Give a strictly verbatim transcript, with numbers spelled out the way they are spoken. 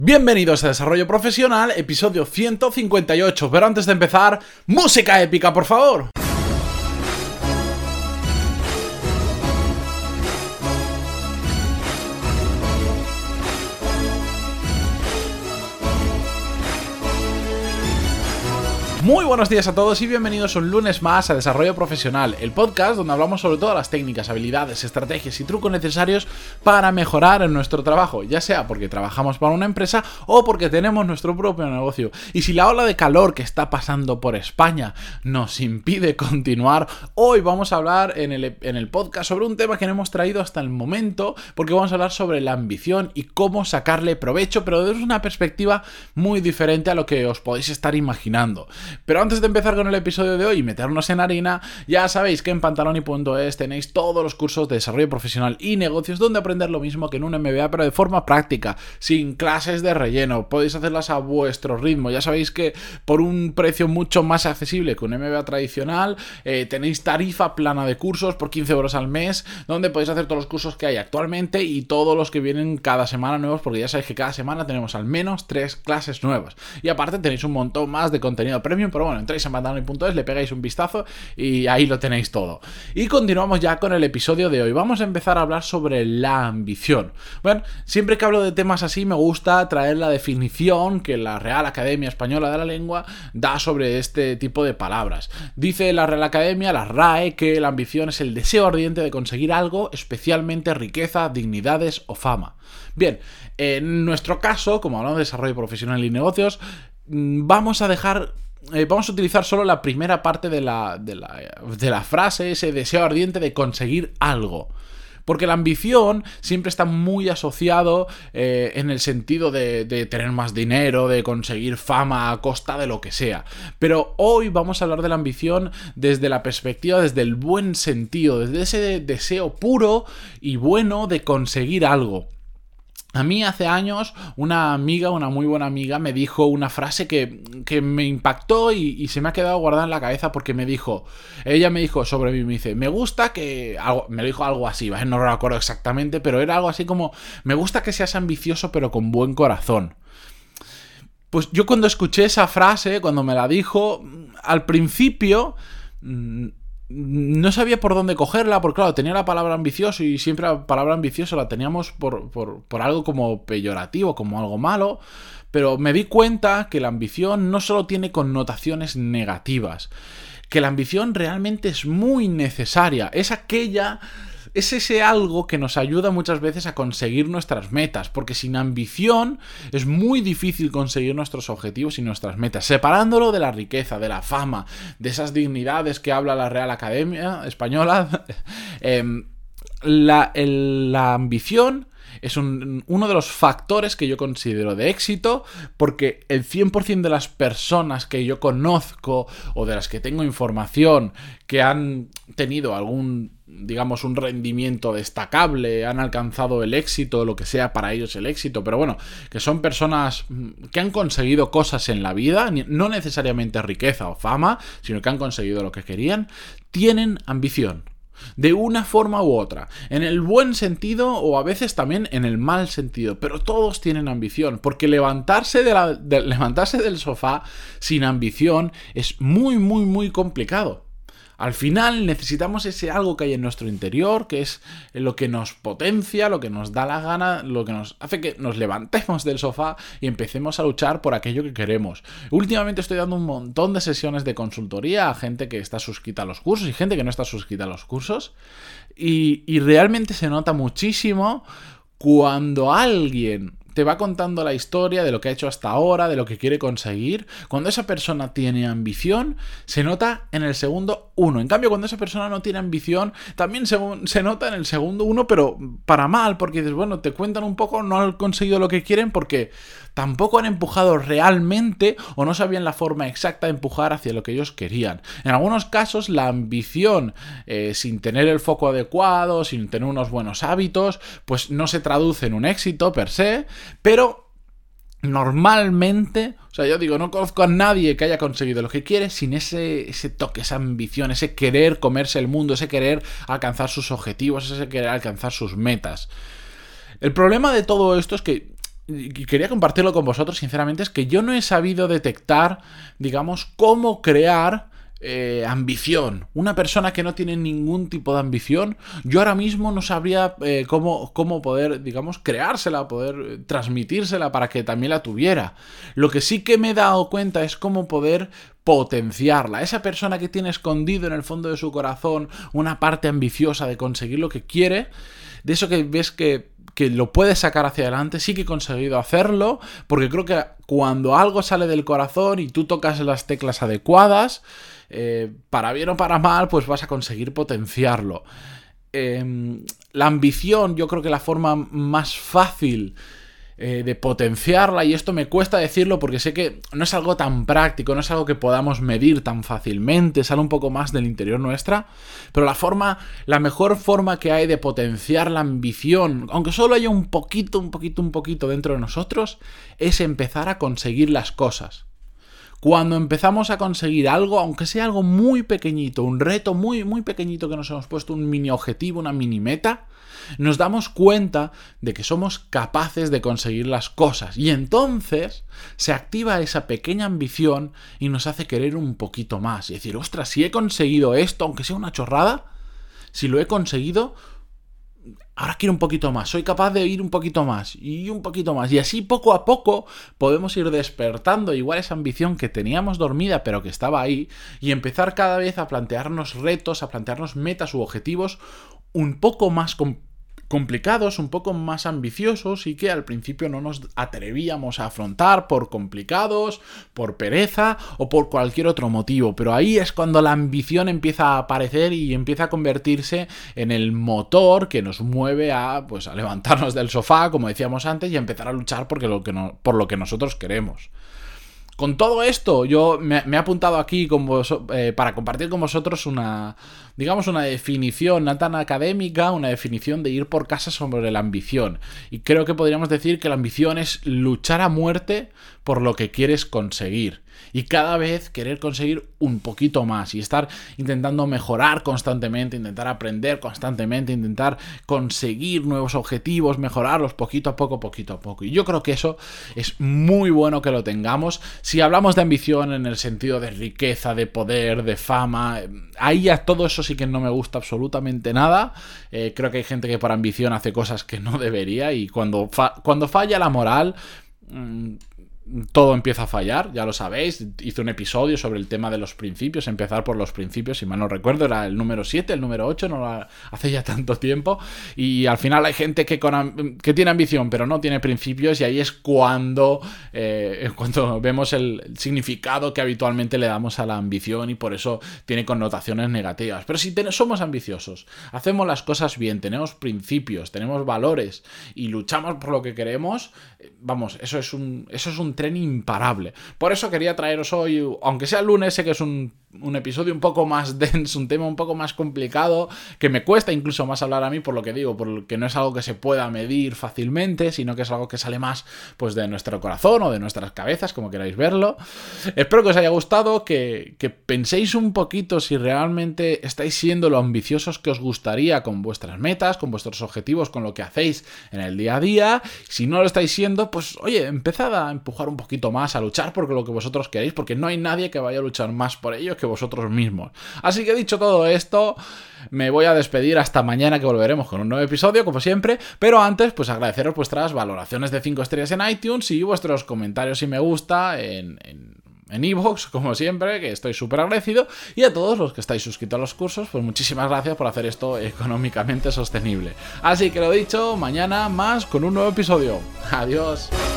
Bienvenidos a Desarrollo Profesional, episodio ciento cincuenta y ocho, pero antes de empezar, música épica, por favor. Muy buenos días a todos y bienvenidos un lunes más a Desarrollo Profesional, el podcast donde hablamos sobre todas las técnicas, habilidades, estrategias y trucos necesarios para mejorar en nuestro trabajo, ya sea porque trabajamos para una empresa o porque tenemos nuestro propio negocio. Y si la ola de calor que está pasando por España nos impide continuar, hoy vamos a hablar en el, en el podcast sobre un tema que no hemos traído hasta el momento, porque vamos a hablar sobre la ambición y cómo sacarle provecho, pero desde una perspectiva muy diferente a lo que os podéis estar imaginando. Pero antes de empezar con el episodio de hoy y meternos en harina, ya sabéis que en pantaloni punto es tenéis todos los cursos de desarrollo profesional y negocios donde aprender lo mismo que en un M B A, pero de forma práctica, sin clases de relleno. Podéis hacerlas a vuestro ritmo. Ya sabéis que por un precio mucho más accesible que un M B A tradicional, eh, tenéis tarifa plana de cursos por quince euros al mes, donde podéis hacer todos los cursos que hay actualmente y todos los que vienen cada semana nuevos, porque ya sabéis que cada semana tenemos al menos tres clases nuevas. Y aparte tenéis un montón más de contenido premium. Pero bueno, entráis en pantaloni punto es, le pegáis un vistazo y ahí lo tenéis todo. Y continuamos ya con el episodio de hoy. Vamos a empezar a hablar sobre la ambición. Bueno, siempre que hablo de temas así me gusta traer la definición que la Real Academia Española de la Lengua da sobre este tipo de palabras. Dice la Real Academia, la R A E, que la ambición es el deseo ardiente de conseguir algo, especialmente riqueza, dignidades o fama. Bien, en nuestro caso, como hablamos de desarrollo profesional y negocios, vamos a dejar... Eh, vamos a utilizar solo la primera parte de la, de, la, de la frase, ese deseo ardiente de conseguir algo. Porque la ambición siempre está muy asociado eh, en el sentido de, de tener más dinero, de conseguir fama a costa de lo que sea. Pero hoy vamos a hablar de la ambición desde la perspectiva, desde el buen sentido, desde ese deseo puro y bueno de conseguir algo. A mí hace años una amiga, una muy buena amiga, me dijo una frase que, que me impactó y, y se me ha quedado guardada en la cabeza porque me dijo, ella me dijo sobre mí, me dice, me gusta que, algo, me lo dijo algo así, ¿vale? No lo recuerdo exactamente, pero era algo así como, me gusta que seas ambicioso pero con buen corazón. Pues yo cuando escuché esa frase, cuando me la dijo, al principio... Mmm, no sabía por dónde cogerla, porque claro, tenía la palabra ambicioso y siempre la palabra ambicioso la teníamos por, por, por algo como peyorativo, como algo malo, pero me di cuenta que la ambición no solo tiene connotaciones negativas, que la ambición realmente es muy necesaria, es aquella... Es ese algo que nos ayuda muchas veces a conseguir nuestras metas, porque sin ambición es muy difícil conseguir nuestros objetivos y nuestras metas, separándolo de la riqueza, de la fama, de esas dignidades que habla la Real Academia Española. eh, la, el, la ambición es un, uno de los factores que yo considero de éxito, porque el cien por ciento de las personas que yo conozco o de las que tengo información que han tenido algún, digamos, un rendimiento destacable, han alcanzado el éxito, lo que sea para ellos el éxito, pero bueno, que son personas que han conseguido cosas en la vida, no necesariamente riqueza o fama, sino que han conseguido lo que querían, tienen ambición. De una forma u otra, en el buen sentido o a veces también en el mal sentido, pero todos tienen ambición, porque levantarse, de la, de, levantarse del sofá sin ambición es muy muy muy complicado. Al final necesitamos ese algo que hay en nuestro interior, que es lo que nos potencia, lo que nos da la gana, lo que nos hace que nos levantemos del sofá y empecemos a luchar por aquello que queremos. Últimamente estoy dando un montón de sesiones de consultoría a gente que está suscrita a los cursos y gente que no está suscrita a los cursos. Y, y realmente se nota muchísimo cuando alguien te va contando la historia de lo que ha hecho hasta ahora, de lo que quiere conseguir. Cuando esa persona tiene ambición, se nota en el segundo uno. En cambio, cuando esa persona no tiene ambición, también se, se nota en el segundo uno, pero para mal, porque dices, bueno, te cuentan un poco, no han conseguido lo que quieren porque tampoco han empujado realmente o no sabían la forma exacta de empujar hacia lo que ellos querían. En algunos casos, la ambición, eh, sin tener el foco adecuado, sin tener unos buenos hábitos, pues no se traduce en un éxito per se, pero normalmente, o sea, yo digo, no conozco a nadie que haya conseguido lo que quiere sin ese, ese toque, esa ambición, ese querer comerse el mundo, ese querer alcanzar sus objetivos, ese querer alcanzar sus metas. El problema de todo esto es que y quería compartirlo con vosotros, sinceramente, es que yo no he sabido detectar, digamos, cómo crear eh, ambición. Una persona que no tiene ningún tipo de ambición, yo ahora mismo no sabría eh, cómo, cómo poder, digamos, creársela, poder eh, transmitírsela para que también la tuviera. Lo que sí que me he dado cuenta es cómo poder potenciarla. Esa persona que tiene escondido en el fondo de su corazón una parte ambiciosa de conseguir lo que quiere, de eso que ves que que lo puedes sacar hacia adelante, sí que he conseguido hacerlo, porque creo que cuando algo sale del corazón y tú tocas las teclas adecuadas, eh, para bien o para mal, pues vas a conseguir potenciarlo. Eh, la ambición, yo creo que la forma más fácil eh, de potenciarla, y esto me cuesta decirlo porque sé que no es algo tan práctico, no es algo que podamos medir tan fácilmente, sale un poco más del interior nuestra, pero la forma, la mejor forma que hay de potenciar la ambición, aunque solo haya un poquito, un poquito, un poquito dentro de nosotros, es empezar a conseguir las cosas. Cuando empezamos a conseguir algo, aunque sea algo muy pequeñito, un reto muy, muy pequeñito que nos hemos puesto, un mini objetivo, una mini meta, nos damos cuenta de que somos capaces de conseguir las cosas. Y entonces se activa esa pequeña ambición y nos hace querer un poquito más. Y decir, ostras, si he conseguido esto, aunque sea una chorrada, si lo he conseguido, ahora quiero un poquito más, soy capaz de ir un poquito más y un poquito más. Y así poco a poco podemos ir despertando igual esa ambición que teníamos dormida pero que estaba ahí y empezar cada vez a plantearnos retos, a plantearnos metas u objetivos un poco más complicados. complicados, un poco más ambiciosos y que al principio no nos atrevíamos a afrontar por complicados, por pereza o por cualquier otro motivo. Pero ahí es cuando la ambición empieza a aparecer y empieza a convertirse en el motor que nos mueve a, pues, a levantarnos del sofá, como decíamos antes, y a empezar a luchar porque lo que no, por lo que nosotros queremos. Con todo esto, yo me, me he apuntado aquí con vos, eh, para compartir con vosotros una, digamos, una definición no tan académica, una definición de ir por casa sobre la ambición. Y creo que podríamos decir que la ambición es luchar a muerte por lo que quieres conseguir. Y cada vez querer conseguir un poquito más y estar intentando mejorar constantemente, intentar aprender constantemente, intentar conseguir nuevos objetivos, mejorarlos poquito a poco, poquito a poco. Y yo creo que eso es muy bueno que lo tengamos. Si hablamos de ambición en el sentido de riqueza, de poder, de fama, ahí ya todo eso sí que no me gusta absolutamente nada. Eh, creo que hay gente que por ambición hace cosas que no debería y cuando, fa- cuando falla la moral... Mmm, todo empieza a fallar, ya lo sabéis. Hice un episodio sobre el tema de los principios, empezar por los principios, si mal no recuerdo, era el número siete, el número ocho, no lo hace ya tanto tiempo. Y al final hay gente que, con, que tiene ambición, pero no tiene principios, y ahí es cuando, eh, cuando vemos el, el significado que habitualmente le damos a la ambición, y por eso tiene connotaciones negativas. Pero si ten, somos ambiciosos, hacemos las cosas bien, tenemos principios, tenemos valores y luchamos por lo que queremos, vamos, eso es un, eso es un tren imparable. Por eso quería traeros hoy, aunque sea el lunes, sé que es un, un episodio un poco más denso, un tema un poco más complicado, que me cuesta incluso más hablar a mí, por lo que digo, porque no es algo que se pueda medir fácilmente, sino que es algo que sale más, pues, de nuestro corazón o de nuestras cabezas, como queráis verlo. Espero que os haya gustado, que, que penséis un poquito si realmente estáis siendo lo ambiciosos que os gustaría con vuestras metas, con vuestros objetivos, con lo que hacéis en el día a día. Si no lo estáis siendo, pues oye, empezad a empujar un poquito más, a luchar por lo que vosotros queréis, porque no hay nadie que vaya a luchar más por ello que vosotros mismos. Así que dicho todo esto, me voy a despedir hasta mañana, que volveremos con un nuevo episodio, como siempre, pero antes, pues agradeceros vuestras valoraciones de cinco estrellas en iTunes y vuestros comentarios y me gusta en... en en iVoox, como siempre, que estoy súper agradecido, y a todos los que estáis suscritos a los cursos, pues muchísimas gracias por hacer esto económicamente sostenible. Así que lo dicho, mañana más con un nuevo episodio. Adiós.